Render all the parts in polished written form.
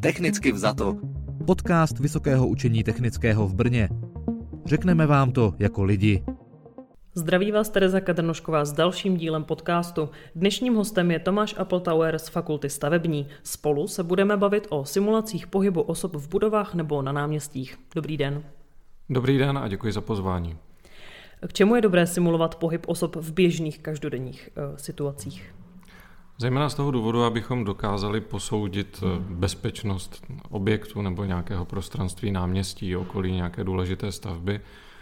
Technicky vzato. Podcast Vysokého učení technického v Brně. Řekneme vám to jako lidi. Zdraví vás Tereza Kadrnošková s dalším dílem podcastu. Dnešním hostem je Tomáš Appletauer z Fakulty stavební. Spolu se budeme bavit o simulacích pohybu osob v budovách nebo na náměstích. Dobrý den. Dobrý den a děkuji za pozvání. K čemu je dobré simulovat pohyb osob v běžných každodenních situacích? Zejména z toho důvodu, abychom dokázali posoudit bezpečnost objektu nebo nějakého prostranství, náměstí, okolí nějaké důležité stavby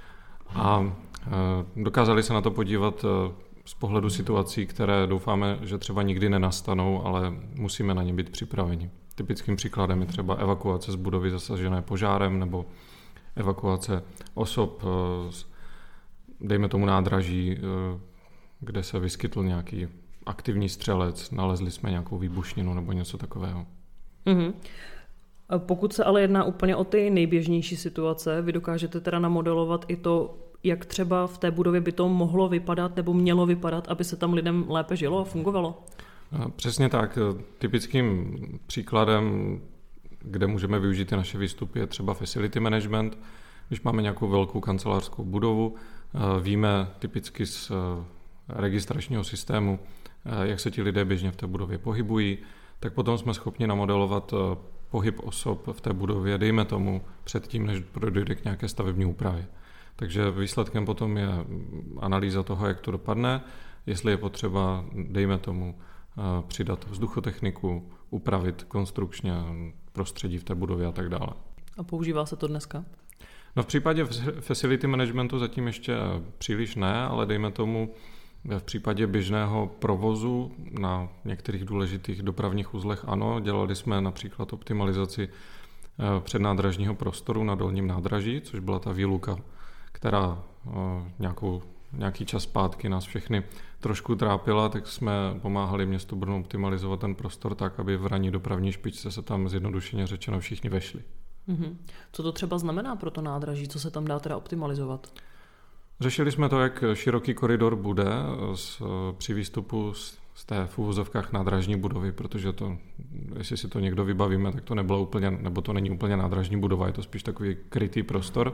a dokázali se na to podívat z pohledu situací, které doufáme, že třeba nikdy nenastanou, ale musíme na ně být připraveni. Typickým příkladem je třeba evakuace z budovy zasažené požárem nebo evakuace osob z, dejme tomu, nádraží, kde se vyskytl nějaký aktivní střelec, nalezli jsme nějakou výbušninu nebo něco takového. Mm-hmm. Pokud se ale jedná úplně o ty nejběžnější situace, vy dokážete teda namodelovat i to, jak třeba v té budově by to mohlo vypadat nebo mělo vypadat, aby se tam lidem lépe žilo a fungovalo? Přesně tak. Typickým příkladem, kde můžeme využít ty naše výstupy, je třeba facility management. Když máme nějakou velkou kancelářskou budovu, víme typicky z registračního systému, jak se ti lidé běžně v té budově pohybují, tak potom jsme schopni namodelovat pohyb osob v té budově, dejme tomu, předtím, než dojde k nějaké stavební úpravě. Takže výsledkem potom je analýza toho, jak to dopadne, jestli je potřeba, dejme tomu, přidat vzduchotechniku, upravit konstrukčně prostředí v té budově a tak dále. A používá se to dneska? No v případě facility managementu zatím ještě příliš ne, ale dejme tomu, v případě běžného provozu na některých důležitých dopravních uzlech ano, dělali jsme například optimalizaci přednádražního prostoru na dolním nádraží, což byla ta výluka, která nějaký čas zpátky nás všechny trošku trápila, tak jsme pomáhali městu Brno optimalizovat ten prostor tak, aby v ranní dopravní špičce se tam zjednodušeně řečeno všichni vešli. Mm-hmm. Co to třeba znamená pro to nádraží? Co se tam dá teda optimalizovat? Řešili jsme to, jak široký koridor bude při výstupu z té v uvozovkách nádražní budovy, protože to, jestli si to někdo vybavíme, tak to nebylo úplně, nebo to není úplně nádražní budova, je to spíš takový krytý prostor.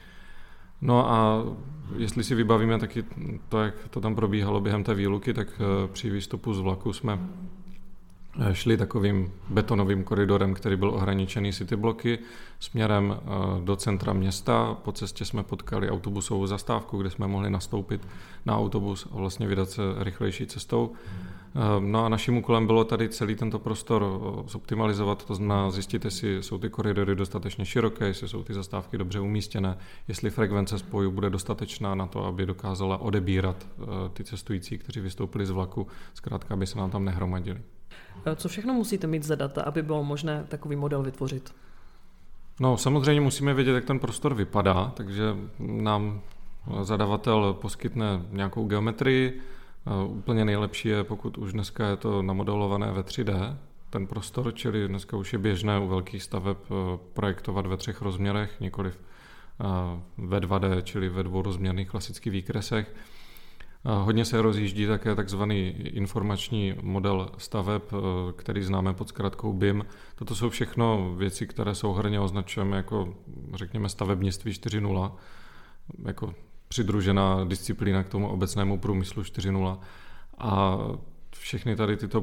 No a jestli si vybavíme taky to, jak to tam probíhalo během té výluky, tak při výstupu z vlaku jsme šli takovým betonovým koridorem, který byl ohraničený citybloky směrem do centra města. Po cestě jsme potkali autobusovou zastávku, kde jsme mohli nastoupit na autobus a vlastně vydat se rychlejší cestou. No a naším úkolem bylo tady celý tento prostor zoptimalizovat, to znamená zjistit, jestli jsou ty koridory dostatečně široké, jestli jsou ty zastávky dobře umístěné, jestli frekvence spojů bude dostatečná na to, aby dokázala odebírat ty cestující, kteří vystoupili z vlaku, zkrátka, aby se nám tam nehromadili. Co všechno musíte mít za data, aby bylo možné takový model vytvořit? No, samozřejmě musíme vědět, jak ten prostor vypadá, takže nám zadavatel poskytne nějakou geometrii. Úplně nejlepší je, pokud už dneska je to namodelované ve 3D, ten prostor, čili dneska už je běžné u velkých staveb projektovat ve 3 rozměrech, nikoliv ve 2D, čili ve dvourozměrných klasických výkresech. Hodně se rozjíždí také takzvaný informační model staveb, který známe pod zkratkou BIM. Toto jsou všechno věci, které souhrnně označujeme jako, řekněme, stavebnictví 4.0, jako přidružená disciplína k tomu obecnému průmyslu 4.0. A všechny tady tyto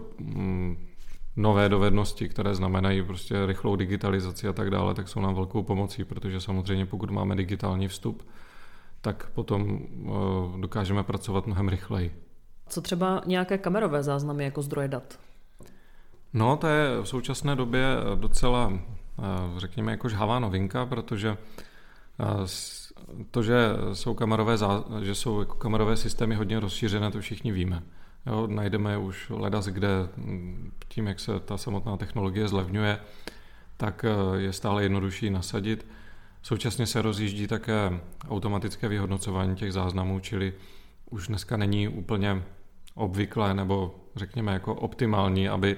nové dovednosti, které znamenají prostě rychlou digitalizaci a tak dále, tak jsou nám velkou pomocí, protože samozřejmě pokud máme digitální vstup, tak potom dokážeme pracovat mnohem rychleji. Co třeba nějaké kamerové záznamy jako zdroje dat? No, to je v současné době docela, řekněme, jako žhavá novinka, protože to, že jsou jako kamerové systémy hodně rozšířené, to všichni víme. Jo, najdeme je už ledas, kde tím, jak se ta samotná technologie zlevňuje, tak je stále jednodušší nasadit. Současně se rozjíždí také automatické vyhodnocování těch záznamů, čili už dneska není úplně obvyklé nebo řekněme jako optimální, aby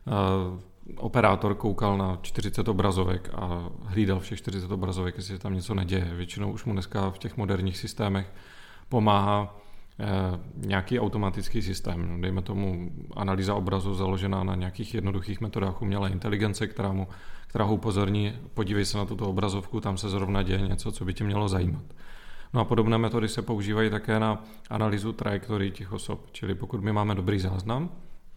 operátor koukal na 40 obrazovek a hlídal všech 40 obrazovek, jestli tam něco neděje. Většinou už mu dneska v těch moderních systémech pomáhá nějaký automatický systém. Dejme tomu analýza obrazu založená na nějakých jednoduchých metodách umělé inteligence, která ho upozorní, podívej se na tuto obrazovku, tam se zrovna děje něco, co by tě mělo zajímat. No a podobné metody se používají také na analýzu trajektorií těch osob. Čili pokud my máme dobrý záznam,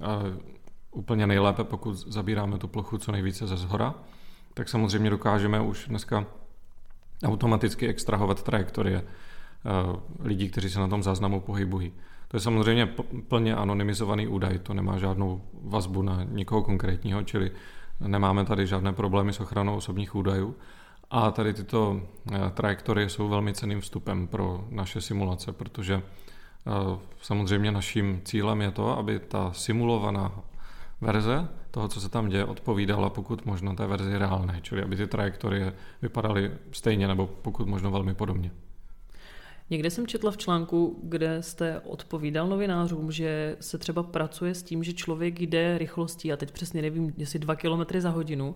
úplně nejlépe, pokud zabíráme tu plochu co nejvíce ze zhora, tak samozřejmě dokážeme už dneska automaticky extrahovat trajektorie lidí, kteří se na tom záznamu pohybují. To je samozřejmě plně anonymizovaný údaj, to nemá žádnou vazbu na nikoho konkrétního, čili nemáme tady žádné problémy s ochranou osobních údajů. A tady tyto trajektorie jsou velmi cenným vstupem pro naše simulace, protože samozřejmě naším cílem je to, aby ta simulovaná verze toho, co se tam děje, odpovídala pokud možno té verzi reálné, čili aby ty trajektorie vypadaly stejně nebo pokud možno velmi podobně. Někde jsem četla v článku, kde jste odpovídal novinářům, že se třeba pracuje s tím, že člověk jde rychlostí, a teď přesně nevím, jestli 2 km za hodinu,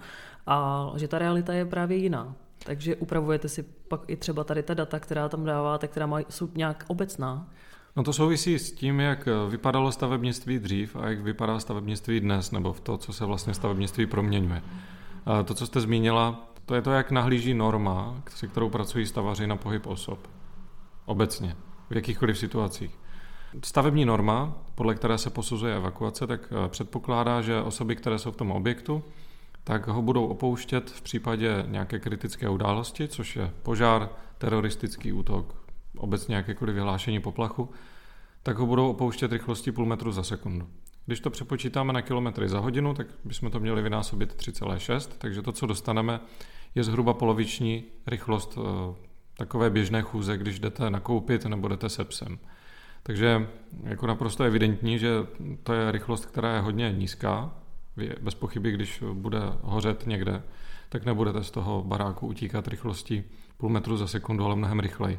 a že ta realita je právě jiná. Takže upravujete si pak i třeba tady ta data, která tam dáváte, která jsou nějak obecná? No to souvisí s tím, jak vypadalo stavebnictví dřív a jak vypadá stavebnictví dnes, nebo v to, co se vlastně stavebnictví proměňuje. To, co jste zmínila, to je to, jak nahlíží norma, se kterou pracují stavaři na pohyb osob. Obecně, v jakýchkoliv situacích. Stavební norma, podle které se posuzuje evakuace, tak předpokládá, že osoby, které jsou v tom objektu, tak ho budou opouštět v případě nějaké kritické události, což je požár, teroristický útok, obecně jakékoliv vyhlášení poplachu, tak ho budou opouštět rychlostí 0,5 metru za sekundu. Když to přepočítáme na kilometry za hodinu, tak bychom to měli vynásobit 3,6, takže to, co dostaneme, je zhruba poloviční rychlost takové běžné chůze, když jdete nakoupit nebo jdete se psem. Takže jako naprosto evidentní, že to je rychlost, která je hodně nízká. Bez pochyby, když bude hořet někde, tak nebudete z toho baráku utíkat rychlostí 0,5 metru za sekundu, ale mnohem rychleji.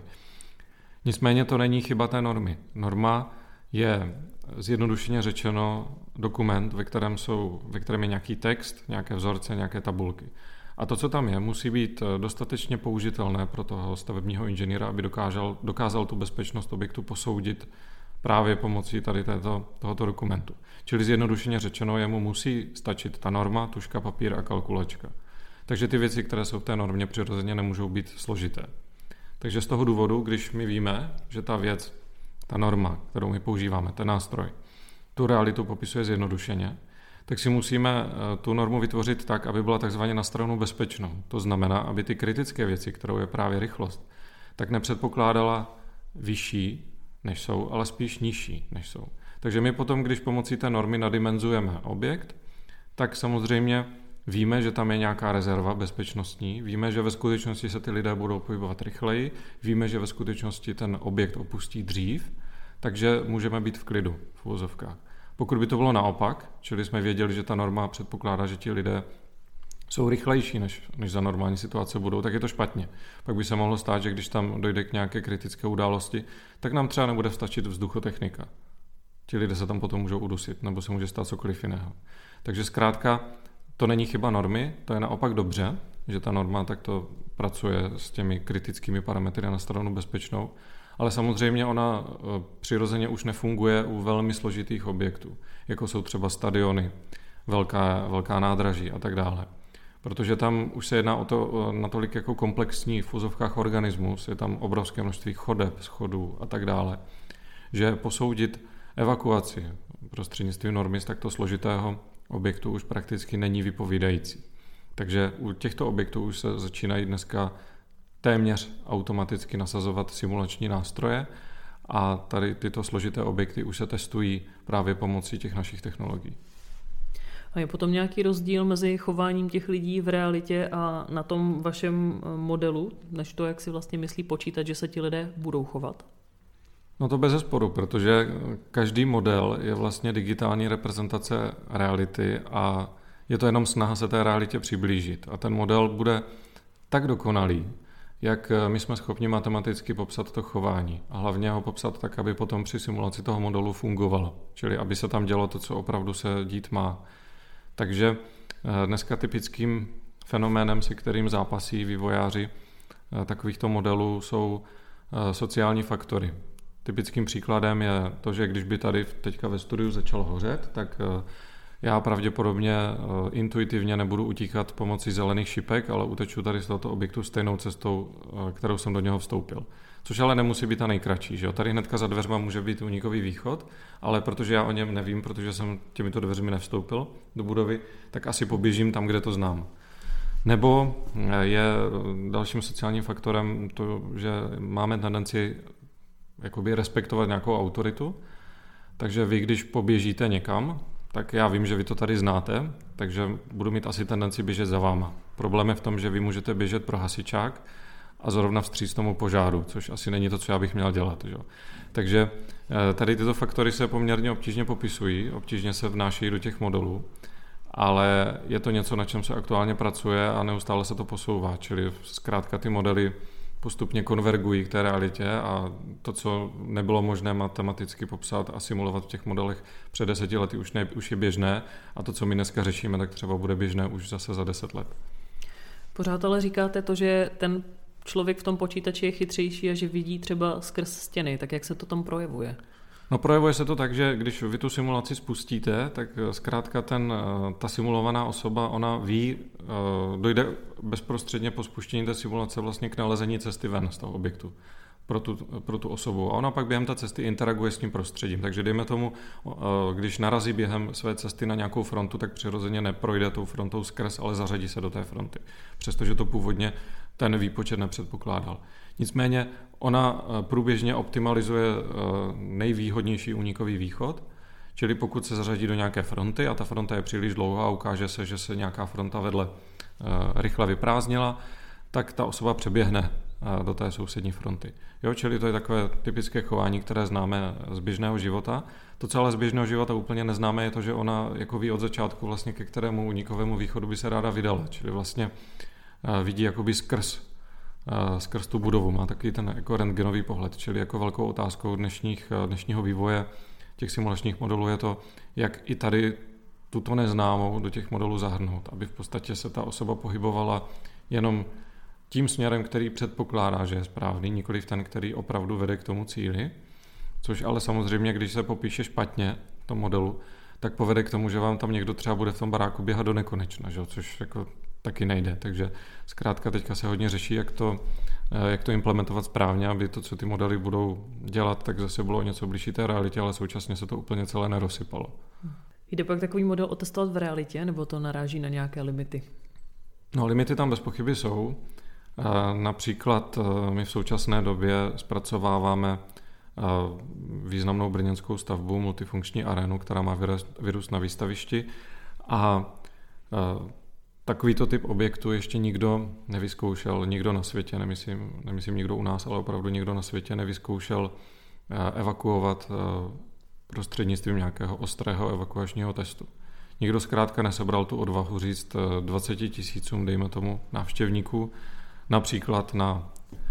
Nicméně to není chyba té normy. Norma je zjednodušeně řečeno dokument, ve kterém je nějaký text, nějaké vzorce, nějaké tabulky. A to, co tam je, musí být dostatečně použitelné pro toho stavebního inženýra, aby dokázal tu bezpečnost objektu posoudit právě pomocí tady tohoto dokumentu. Čili zjednodušeně řečeno, jemu musí stačit ta norma, tužka, papír a kalkulačka. Takže ty věci, které jsou v té normě, přirozeně nemůžou být složité. Takže z toho důvodu, když my víme, že ta věc, ta norma, kterou my používáme, ten nástroj, tu realitu popisuje zjednodušeně, tak si musíme tu normu vytvořit tak, aby byla takzvaně na stranu bezpečnou. To znamená, aby ty kritické věci, kterou je právě rychlost, tak nepředpokládala vyšší, než jsou, ale spíš nižší, než jsou. Takže my potom, když pomocí té normy nadimenzujeme objekt, tak samozřejmě víme, že tam je nějaká rezerva bezpečnostní, víme, že ve skutečnosti se ty lidé budou pohybovat rychleji, víme, že ve skutečnosti ten objekt opustí dřív, takže můžeme být v klidu v uvozovkách. Pokud by to bylo naopak, čili jsme věděli, že ta norma předpokládá, že ti lidé jsou rychlejší, než za normální situace budou, tak je to špatně. Pak by se mohlo stát, že když tam dojde k nějaké kritické události, tak nám třeba nebude stačit vzduchotechnika. Ti lidé se tam potom můžou udusit, nebo se může stát cokoliv jiného. Takže zkrátka to není chyba normy, to je naopak dobře, že ta norma takto pracuje s těmi kritickými parametry na stranu bezpečnou, ale samozřejmě ona přirozeně už nefunguje u velmi složitých objektů, jako jsou třeba stadiony, velká nádraží a tak dále. Protože tam už se jedná o to natolik jako komplexní v uvozovkách organismus, je tam obrovské množství chodeb, schodů a tak dále, že posoudit evakuaci prostřednictvím normy z takto složitého objektu už prakticky není vypovídající. Takže u těchto objektů už se začínají dneska téměř automaticky nasazovat simulační nástroje a tady tyto složité objekty už se testují právě pomocí těch našich technologií. A je potom nějaký rozdíl mezi chováním těch lidí v realitě a na tom vašem modelu, než to, jak si vlastně myslí počítat, že se ti lidé budou chovat? No to bez zesporu, protože každý model je vlastně digitální reprezentace reality a je to jenom snaha se té realitě přiblížit. A ten model bude tak dokonalý, jak my jsme schopni matematicky popsat to chování. A hlavně ho popsat tak, aby potom při simulaci toho modelu fungovalo. Čili aby se tam dělo to, co opravdu se dít má. Takže dneska typickým fenoménem, se kterým zápasí vývojáři takovýchto modelů, jsou sociální faktory. Typickým příkladem je to, že když by tady teďka ve studiu začalo hořet, tak já pravděpodobně intuitivně nebudu utíkat pomocí zelených šipek, ale uteču tady z tohoto objektu stejnou cestou, kterou jsem do něho vstoupil. Což ale nemusí být ta nejkratší. Že jo? Tady hnedka za dveřma může být únikový východ, ale protože já o něm nevím, protože jsem těmito dveřmi nevstoupil do budovy, tak asi poběžím tam, kde to znám. Nebo je dalším sociálním faktorem to, že máme tendenci jakoby respektovat nějakou autoritu, takže vy, když poběžíte někam, tak já vím, že vy to tady znáte, takže budu mít asi tendenci běžet za váma. Problém je v tom, že vy můžete běžet pro hasičák a zrovna vstříc tomu požáru, což asi není to, co já bych měl dělat. Že? Takže tady tyto faktory se poměrně obtížně popisují, obtížně se vnášejí do těch modelů, ale je to něco, na čem se aktuálně pracuje a neustále se to posouvá, čili zkrátka ty modely postupně konvergují k té realitě a to, co nebylo možné matematicky popsat a simulovat v těch modelech před 10 lety, už je běžné a to, co my dneska řešíme, tak třeba bude běžné už zase za 10 let. Pořád ale říkáte to, že ten člověk v tom počítači je chytřejší a že vidí třeba skrz stěny, tak jak se to tam projevuje? No projevuje se to tak, že když vy tu simulaci spustíte, tak zkrátka ta simulovaná osoba, ona ví, dojde bezprostředně po spuštění té simulace vlastně k nalezení cesty ven z toho objektu pro tu osobu. A ona pak během té cesty interaguje s tím prostředím. Takže dejme tomu, když narazí během své cesty na nějakou frontu, tak přirozeně neprojde tou frontou skrz, ale zařadí se do té fronty. Přestože to původně ten výpočet nepředpokládal. Nicméně ona průběžně optimalizuje nejvýhodnější únikový východ, čili pokud se zařadí do nějaké fronty a ta fronta je příliš dlouhá a ukáže se, že se nějaká fronta vedle rychle vyprázdnila, tak ta osoba přeběhne do té sousední fronty. Jo, čili to je takové typické chování, které známe z běžného života. To, co ale z běžného života úplně neznáme, je to, že ona jako ví od začátku, vlastně ke kterému únikovému východu by se ráda vydala, čili vlastně vidí jakoby skrz tu budovu. Má takový ten jako rentgenový pohled, čili jako velkou otázkou dnešního vývoje těch simulačních modelů je to, jak i tady tuto neznámou do těch modelů zahrnout, aby v podstatě se ta osoba pohybovala jenom tím směrem, který předpokládá, že je správný, nikoliv ten, který opravdu vede k tomu cíli, což ale samozřejmě, když se popíše špatně v tom modelu, tak povede k tomu, že vám tam někdo třeba bude v tom baráku běhat do nekonečna, že? Což jako taky nejde. Takže zkrátka teďka se hodně řeší, jak to implementovat správně, aby to, co ty modely budou dělat, tak zase bylo něco blížší té realitě, ale současně se to úplně celé nerozsypalo. Jde pak takový model otestovat v realitě, nebo to naráží na nějaké limity? No, limity tam bez pochyby jsou. Například my v současné době zpracováváme významnou brněnskou stavbu, multifunkční arénu, která má vyrůst na výstavišti a takovýto typ objektu ještě nikdo nevyzkoušel, nikdo na světě, nemyslím nikdo u nás, ale opravdu nikdo na světě nevyzkoušel evakuovat prostřednictvím nějakého ostrého evakuačního testu. Nikdo zkrátka nesebral tu odvahu říct 20 000, dejme tomu, návštěvníků, například na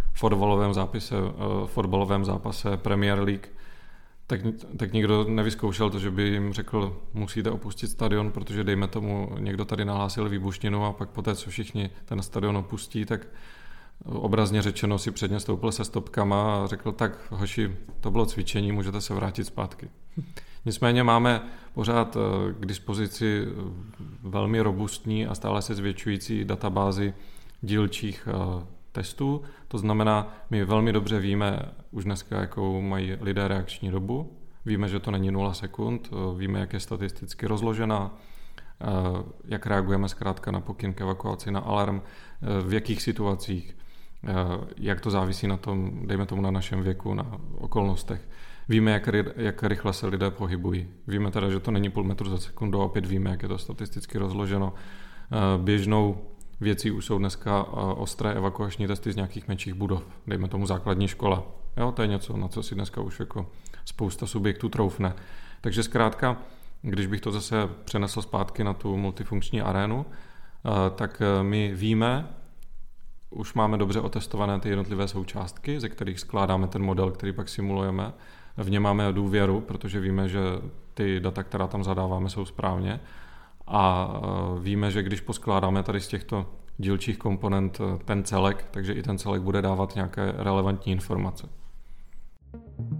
fotbalovém zápase Premier League, tak nikdo nevyzkoušel to, že by jim řekl, musíte opustit stadion, protože dejme tomu, někdo tady nahlásil výbušninu a pak poté, co všichni ten stadion opustí, tak obrazně řečeno si předně stoupil se stopkama a řekl, tak hoši, to bylo cvičení, můžete se vrátit zpátky. Nicméně máme pořád k dispozici velmi robustní a stále se zvětšující databázi dílčích testů. To znamená, my velmi dobře víme už dneska, jakou mají lidé reakční dobu. Víme, že to není 0 sekund, víme, jak je statisticky rozložená, jak reagujeme zkrátka na pokyn k evakuaci, na alarm, v jakých situacích, jak to závisí na tom, dejme tomu na našem věku, na okolnostech. Víme, jak rychle se lidé pohybují. Víme teda, že to není půl metru za sekundu a opět víme, jak je to statisticky rozloženo. Běžnou věcí už jsou dneska ostré evakuační testy z nějakých menších budov. Dejme tomu základní škola. Jo, to je něco, na co si dneska už jako spousta subjektů troufne. Takže zkrátka, když bych to zase přenesl zpátky na tu multifunkční arénu, tak my víme, už máme dobře otestované ty jednotlivé součástky, ze kterých skládáme ten model, který pak simulujeme. V ně máme důvěru, protože víme, že ty data, která tam zadáváme, jsou správně. A víme, že když poskládáme tady z těchto dílčích komponent ten celek, takže i ten celek bude dávat nějaké relevantní informace.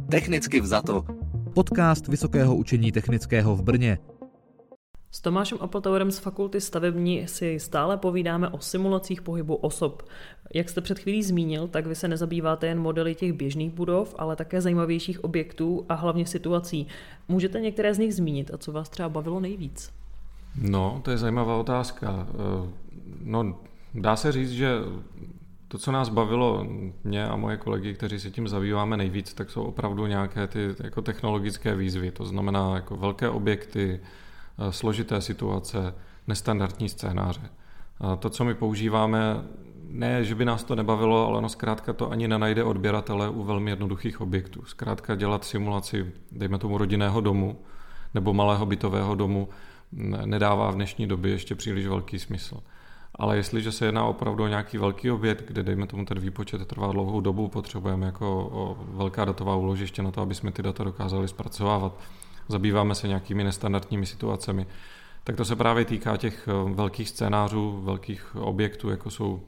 Technicky vzato. Podcast Vysokého učení technického v Brně. S Tomášem Opeltauerem z Fakulty stavební si stále povídáme o simulacích pohybu osob. Jak jste před chvílí zmínil, tak vy se nezabýváte jen modely těch běžných budov, ale také zajímavějších objektů a hlavně situací. Můžete některé z nich zmínit a co vás třeba bavilo nejvíc? No, to je zajímavá otázka. No, dá se říct, že to, co nás bavilo mě a moje kolegy, kteří se tím zabýváme nejvíc, tak jsou opravdu nějaké ty jako technologické výzvy. To znamená jako velké objekty, složité situace, nestandardní scénáře. A to, co my používáme, ne, že by nás to nebavilo, ale ono zkrátka to ani nenajde odběratele u velmi jednoduchých objektů. Zkrátka dělat simulaci, dejme tomu rodinného domu nebo malého bytového domu, nedává v dnešní době ještě příliš velký smysl. Ale jestliže se jedná opravdu o nějaký velký objekt, kde dejme tomu ten výpočet trvá dlouhou dobu, potřebujeme jako velká datová úložiště na to, aby jsme ty data dokázali zpracovávat, zabýváme se nějakými nestandardními situacemi, tak to se právě týká těch velkých scénářů, velkých objektů, jako jsou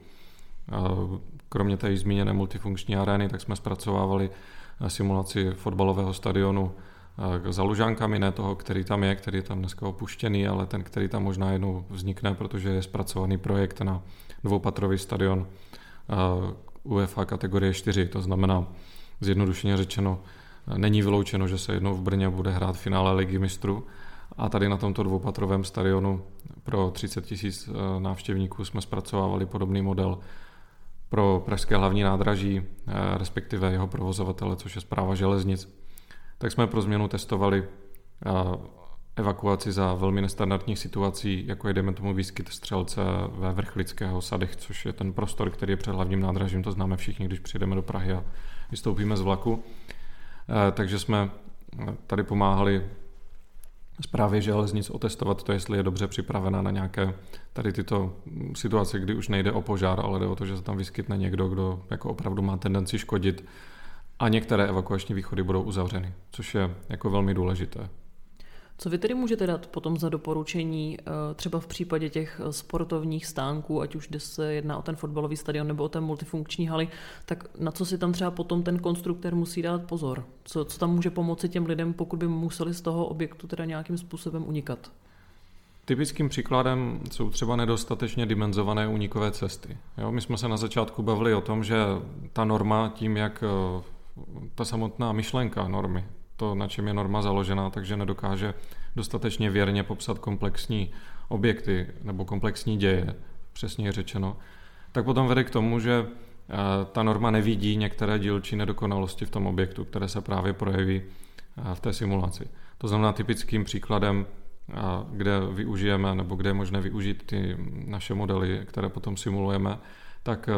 kromě té zmíněné multifunkční arény, tak jsme zpracovávali simulaci fotbalového stadionu za Lužánkami, ne toho, který je tam dneska opuštěný, ale ten, který tam možná jednou vznikne, protože je zpracovaný projekt na dvoupatrový stadion UEFA kategorie 4, to znamená zjednodušeně řečeno, není vyloučeno, že se jednou v Brně bude hrát finále Ligy mistrů a tady na tomto dvoupatrovém stadionu pro 30 000 návštěvníků jsme zpracovávali podobný model pro pražské hlavní nádraží, respektive jeho provozovatele, což je Správa železnic. Tak jsme pro změnu testovali evakuaci za velmi nestandardních situací, jako je dejme tomu výskyt střelce ve Vrchlického sadech, což je ten prostor, který je před hlavním nádražím, to známe všichni, když přijdeme do Prahy a vystoupíme z vlaku. Takže jsme tady pomáhali Správě železnic otestovat to, jestli je dobře připravená na nějaké tady tyto situace, kdy už nejde o požár, ale jde o to, že se tam vyskytne někdo, kdo jako opravdu má tendenci škodit a některé evakuační východy budou uzavřeny, což je jako velmi důležité. Co vy tedy můžete dát potom za doporučení třeba v případě těch sportovních stánků, ať už dnes se jedná o ten fotbalový stadion nebo o ten multifunkční haly, tak na co si tam třeba potom ten konstruktor musí dát pozor? Co tam může pomoci těm lidem, pokud by museli z toho objektu teda nějakým způsobem unikat? Typickým příkladem jsou třeba nedostatečně dimenzované únikové cesty. Jo, my jsme se na začátku bavili o tom, že ta norma tím, jak ta samotná myšlenka normy, to, na čem je norma založená, takže nedokáže dostatečně věrně popsat komplexní objekty nebo komplexní děje, přesně řečeno, tak potom vede k tomu, že ta norma nevidí některé dílčí nedokonalosti v tom objektu, které se právě projeví v té simulaci. To znamená typickým příkladem, kde využijeme nebo kde je možné využít ty naše modely, které potom simulujeme, tak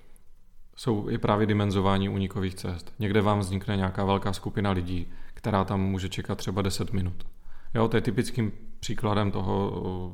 jsou i právě dimenzování únikových cest. Někde vám vznikne nějaká velká skupina lidí, která tam může čekat třeba 10 minut. Jo, to je typickým příkladem toho,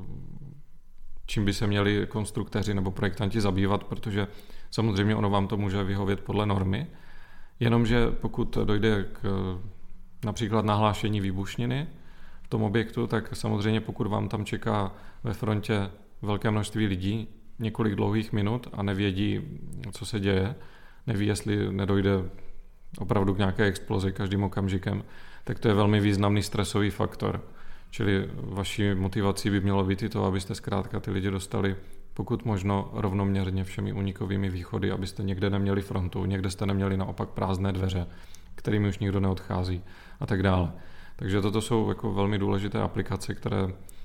čím by se měli konstruktéři nebo projektanti zabývat, protože samozřejmě ono vám to může vyhovět podle normy, jenomže pokud dojde k například nahlášení výbušniny v tom objektu, tak samozřejmě pokud vám tam čeká ve frontě velké množství lidí, několik dlouhých minut a nevědí, co se děje, neví, jestli nedojde opravdu k nějaké explozi každým okamžikem, tak to je velmi významný stresový faktor. Čili vaší motivací by mělo být i to, abyste zkrátka ty lidi dostali pokud možno rovnoměrně všemi únikovými východy, abyste někde neměli frontu, někde jste neměli naopak prázdné dveře, kterými už nikdo neodchází a tak dále. Takže toto jsou jako velmi důležité aplikace, které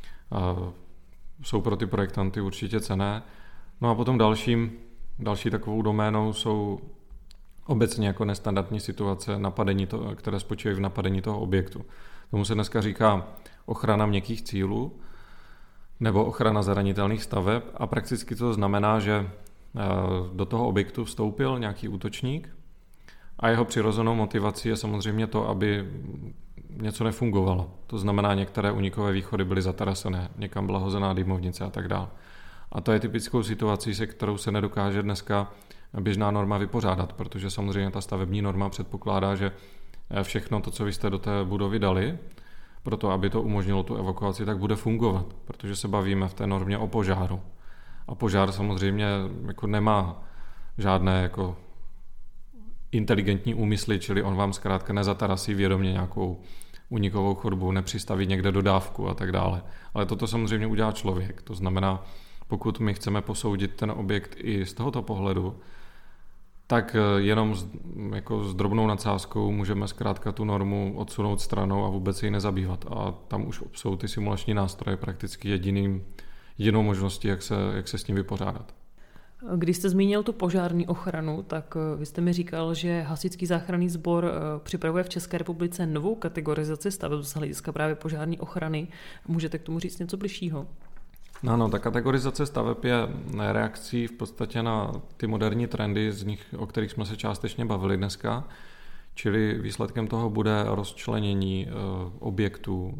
jsou pro ty projektanty určitě cenné. No a potom další takovou doménou jsou obecně jako nestandardní situace, které spočívají v napadení toho objektu. Tomu se dneska říká ochrana měkkých cílů nebo ochrana zranitelných staveb a prakticky to znamená, že do toho objektu vstoupil nějaký útočník a jeho přirozenou motivací je samozřejmě to, aby něco nefungovalo. To znamená, některé únikové východy byly zatarasené, někam byla hozená dýmovnice a tak dále. A to je typickou situací, se kterou se nedokáže dneska běžná norma vypořádat, protože samozřejmě ta stavební norma předpokládá, že všechno to, co vy jste do té budovy dali, proto aby to umožnilo tu evakuaci, tak bude fungovat, protože se bavíme v té normě o požáru. A požár samozřejmě jako nemá žádné jako inteligentní úmysly, čili on vám zkrátka nezatarasí vědomě nějakou únikovou chodbu, nepřistaví někde dodávku a tak dále. Ale toto samozřejmě udělá člověk. To znamená, pokud my chceme posoudit ten objekt i z tohoto pohledu, tak jenom s drobnou nadsázkou můžeme zkrátka tu normu odsunout stranou a vůbec se jí nezabývat. A tam už jsou ty simulační nástroje prakticky jedinou možností, jak se s tím vypořádat. Když jste zmínil tu požární ochranu, tak vy jste mi říkal, že Hasičský záchranný sbor připravuje v České republice novou kategorizaci staveb z hlediska právě požární ochrany. Můžete k tomu říct něco bližšího? No, ta kategorizace staveb je reakcí v podstatě na ty moderní trendy, o kterých jsme se částečně bavili dneska. Čili výsledkem toho bude rozčlenění objektů,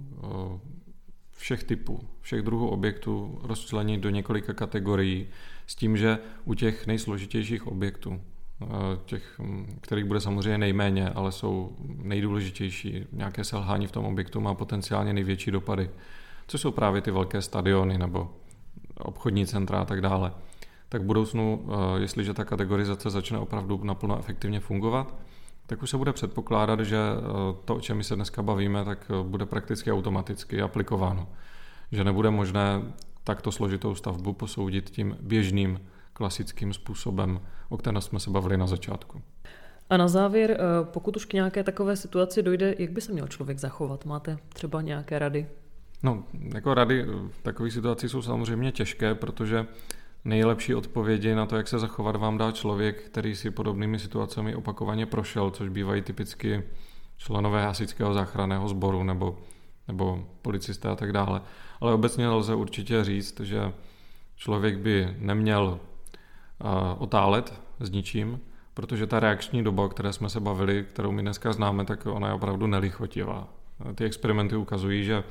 všech typů, všech druhů objektů rozčlenit do několika kategorií s tím, že u těch nejsložitějších objektů, těch, kterých bude samozřejmě nejméně, ale jsou nejdůležitější, nějaké selhání v tom objektu má potenciálně největší dopady, což jsou právě ty velké stadiony nebo obchodní centra a tak dále. Tak v budoucnu, jestliže ta kategorizace začne opravdu naplno efektivně fungovat, tak už se bude předpokládat, že to, o čem my se dneska bavíme, tak bude prakticky automaticky aplikováno. Že nebude možné takto složitou stavbu posoudit tím běžným klasickým způsobem, o kterém jsme se bavili na začátku. A na závěr, pokud už k nějaké takové situaci dojde, jak by se měl člověk zachovat? Máte třeba nějaké rady? No, jako rady v takových situacích jsou samozřejmě těžké, protože nejlepší odpovědi na to, jak se zachovat, vám dá člověk, který si podobnými situacemi opakovaně prošel, což bývají typicky členové Hasičského záchranného sboru nebo policisté a tak dále. Ale obecně lze určitě říct, že člověk by neměl otálet s ničím, protože ta reakční doba, o které jsme se bavili, kterou my dneska známe, tak ona je opravdu nelichotivá. Ty experimenty ukazují, že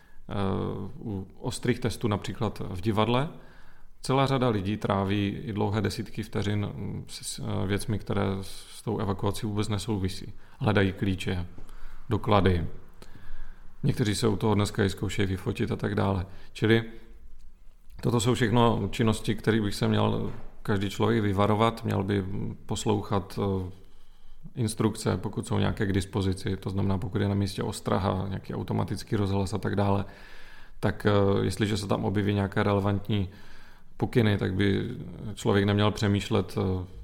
u ostrých testů například v divadle celá řada lidí tráví i dlouhé desítky vteřin s věcmi, které s tou evakuací vůbec nesouvisí. Hledají klíče, doklady. Někteří se u toho dneska i zkoušejí vyfotit a tak dále. Čili toto jsou všechno činnosti, které bych se měl každý člověk vyvarovat, měl by poslouchat instrukce, pokud jsou nějaké k dispozici, to znamená, pokud je na místě ostraha, nějaký automatický rozhlas a tak dále, tak jestliže se tam objeví nějaké relevantní pokyny, tak by člověk neměl přemýšlet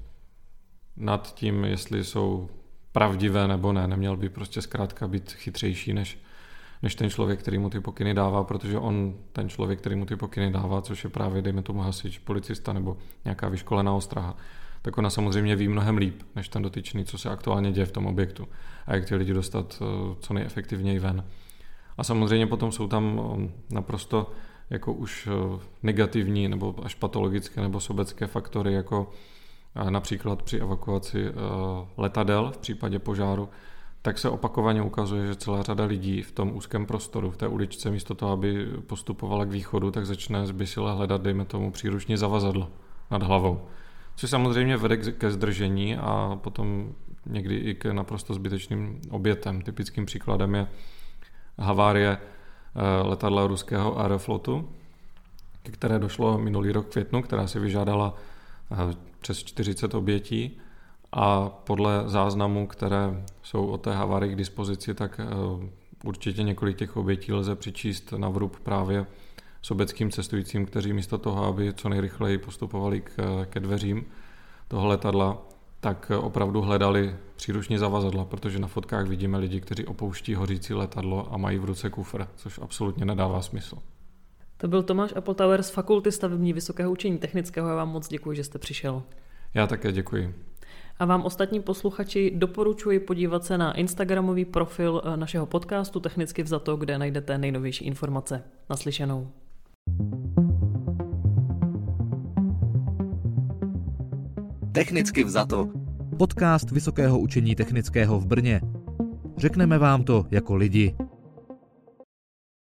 nad tím, jestli jsou pravdivé nebo ne. Neměl by prostě zkrátka být chytřejší než ten člověk, který mu ty pokyny dává, protože ten člověk, který mu ty pokyny dává, což je právě, dejme tomu hasič, policista nebo nějaká vyškolená ostraha, tak ona samozřejmě ví mnohem líp, než ten dotyčný, co se aktuálně děje v tom objektu a jak ty lidi dostat co nejefektivněji ven. A samozřejmě potom jsou tam naprosto jako už negativní nebo až patologické nebo sobecké faktory, jako například při evakuaci letadel v případě požáru, tak se opakovaně ukazuje, že celá řada lidí v tom úzkém prostoru, v té uličce, místo toho, aby postupovala k východu, tak začne zbysile hledat, dejme tomu, příruční zavazadlo nad hlavou. Což samozřejmě vede ke zdržení a potom někdy i k naprosto zbytečným obětem. Typickým příkladem je havárie letadla ruského Aeroflotu, ke které došlo minulý rok v květnu, která si vyžádala přes 40 obětí a podle záznamů, které jsou o té havárii k dispozici, tak určitě několik těch obětí lze přičíst na vrub právě sobeckým cestujícím, kteří místo toho, aby co nejrychleji postupovali ke dveřím toho letadla, tak opravdu hledali příruční zavazadla, protože na fotkách vidíme lidi, kteří opouští hořící letadlo a mají v ruce kufr, což absolutně nedává smysl. To byl Tomáš Appeltauer z Fakulty stavební Vysokého učení technického. Já vám moc děkuji, že jste přišel. Já také děkuji. A vám ostatní posluchači doporučuji podívat se na instagramový profil našeho podcastu Technicky vzato, kde najdete nejnovější informace. Naslyšenou. Technicky vzato. Podcast Vysokého učení technického v Brně. Řekneme vám to jako lidi.